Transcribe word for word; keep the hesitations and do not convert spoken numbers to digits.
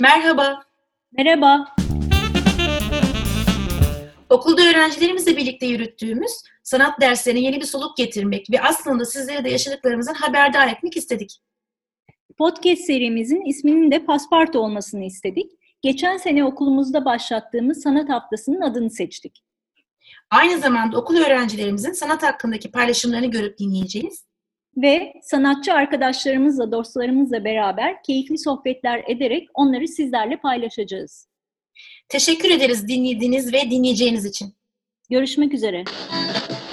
Merhaba. Merhaba. Okulda öğrencilerimizle birlikte yürüttüğümüz sanat derslerine yeni bir soluk getirmek ve aslında sizlere de yaşadıklarımızdan haberdar etmek istedik. Podcast serimizin isminin de Paspartu olmasını istedik. Geçen sene okulumuzda başlattığımız sanat haftasının adını seçtik. Aynı zamanda okul öğrencilerimizin sanat hakkındaki paylaşımlarını görüp dinleyeceğiz. Ve sanatçı arkadaşlarımızla, dostlarımızla beraber keyifli sohbetler ederek onları sizlerle paylaşacağız. Teşekkür ederiz dinlediğiniz ve dinleyeceğiniz için. Görüşmek üzere.